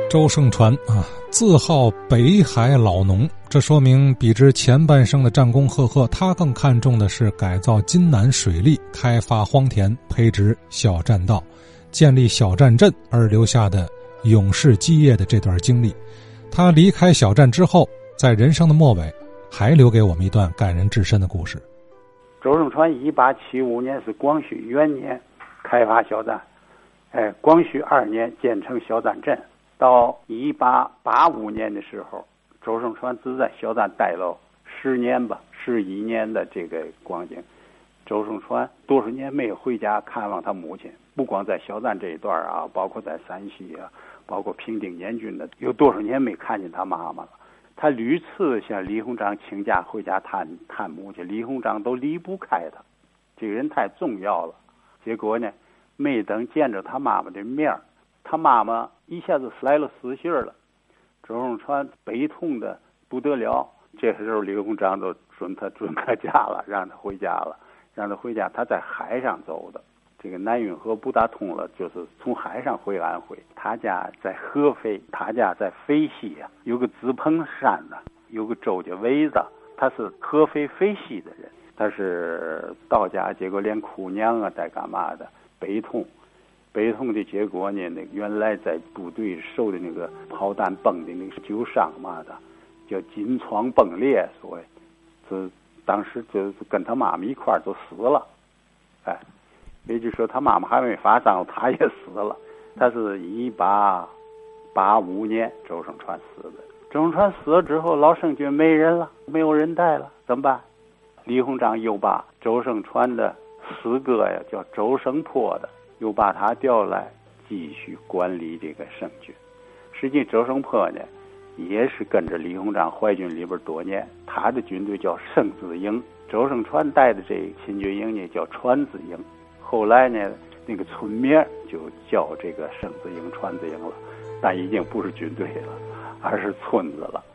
周盛传啊，自号北海老农，这说明比之前半生的战功赫赫，他更看重的是改造津南水利、开发荒田、培植小栈道、建立小栈镇而留下的勇士基业的这段经历。他离开小站之后，在人生的末尾还留给我们一段感人至深的故事。 周盛传1875年是光绪元年开发小站，光绪2年建成小站镇。到1885年的时候，周盛传只在小站待了10年吧，11年的这个光景。周盛传多少年没有回家看望他母亲，不光在小站这一段啊，包括在山西啊，包括平定捻军的，有多少年没看见他妈妈了。他屡次向李鸿章请假回家探母亲，李鸿章都离不开他，这个人太重要了。结果呢，没等见着他妈妈的面，他妈妈一下子来了死信了。周盛传悲痛的不得了，这时候李鸿章都准他假了，让他回家了，让他回家。他在海上走的，这个南运河不大通了，就是从海上回安徽。他家在合肥，他家在肥西啊，有个子彭山呢，有个周家围子，他是合肥肥西的人。他是到家，结果连哭娘啊在干嘛的，悲痛的结果呢，那个原来在部队受的那个炮弹崩的那个旧伤嘛的，叫金疮崩裂，所谓是当时就是跟他妈妈一块儿就死了，也就是说他妈妈还没发伤，他也死了。他是1885年周盛传死的。周盛传死了之后，老盛觉没人了，没有人带了，怎么办？李鸿章又把周盛传的四哥呀，叫周盛坡的，又把他调来继续管理这个盛军。实际周盛坡呢，也是跟着李鸿章淮军里边多年，他的军队叫盛子营，周盛传带的这亲军营呢叫传子营。后来呢，那个村名就叫这个盛子营、传子营了，但已经不是军队了，而是村子了。